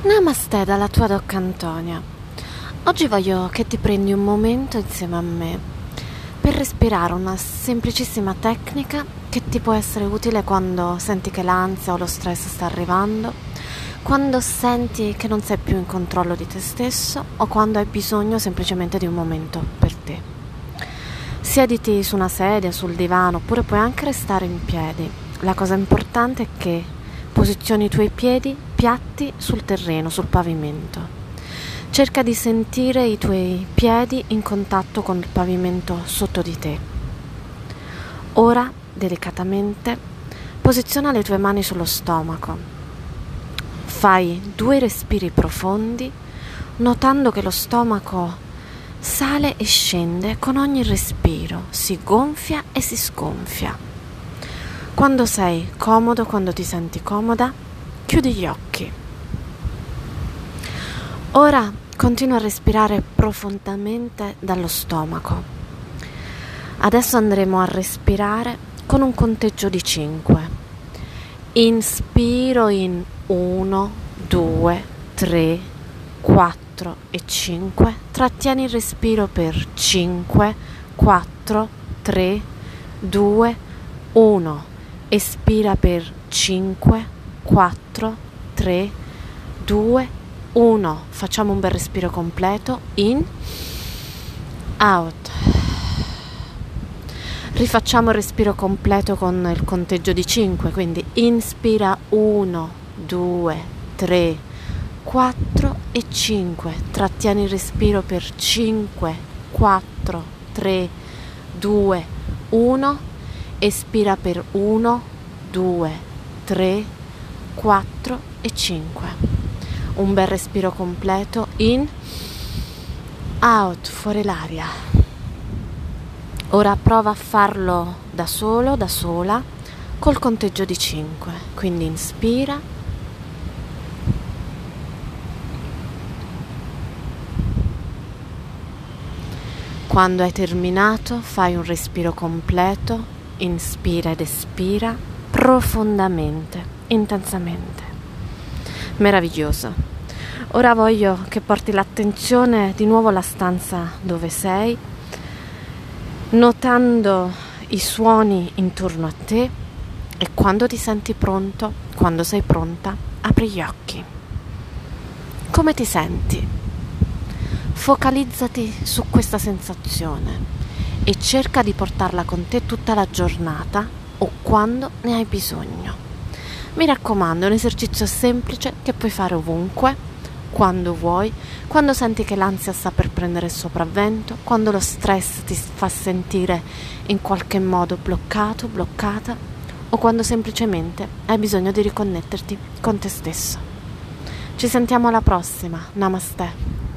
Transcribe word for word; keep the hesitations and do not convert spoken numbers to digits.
Namaste dalla tua Doc Antonia. Oggi voglio che ti prendi un momento insieme a me per respirare una semplicissima tecnica che ti può essere utile quando senti che l'ansia o lo stress sta arrivando, quando senti che non sei più in controllo di te stesso o quando hai bisogno semplicemente di un momento per te. Siediti su una sedia, sul divano, oppure puoi anche restare in piedi. La cosa importante è che posizioni i tuoi piedi piatti sul terreno, sul pavimento. Cerca di sentire i tuoi piedi in contatto con il pavimento sotto di te. Ora, delicatamente, posiziona le tue mani sullo stomaco. Fai due respiri profondi, notando che lo stomaco sale e scende con ogni respiro, si gonfia e si sgonfia. Quando sei comodo, quando ti senti comoda, chiudi gli occhi. Ora continua a respirare profondamente dallo stomaco. Adesso andremo a respirare con un conteggio di cinque. Inspiro in uno, due, tre, quattro e cinque. Trattieni il respiro per cinque, quattro, tre, due, uno. Espira per cinque, quattro, tre, due, uno. Facciamo un bel respiro completo. In, out. Rifacciamo il respiro completo con il conteggio di cinque, quindi inspira uno, due, tre, quattro e cinque. Trattieni il respiro per cinque, quattro, tre, due, uno. Espira per uno, due, tre, quattro e cinque. Un bel respiro completo. In, out, fuori l'aria. Ora prova a farlo da solo, da sola, col conteggio di cinque. Quindi inspira. Quando hai terminato, fai un respiro completo. Inspira ed espira profondamente, intensamente. Meraviglioso. Ora voglio che porti l'attenzione di nuovo alla stanza dove sei, notando i suoni intorno a te, e quando ti senti pronto, quando sei pronta, apri gli occhi. Come ti senti? Focalizzati su questa sensazione e cerca di portarla con te tutta la giornata o quando ne hai bisogno. Mi raccomando, è un esercizio semplice che puoi fare ovunque, quando vuoi, quando senti che l'ansia sta per prendere il sopravvento, quando lo stress ti fa sentire in qualche modo bloccato, bloccata, o quando semplicemente hai bisogno di riconnetterti con te stesso. Ci sentiamo alla prossima. Namaste.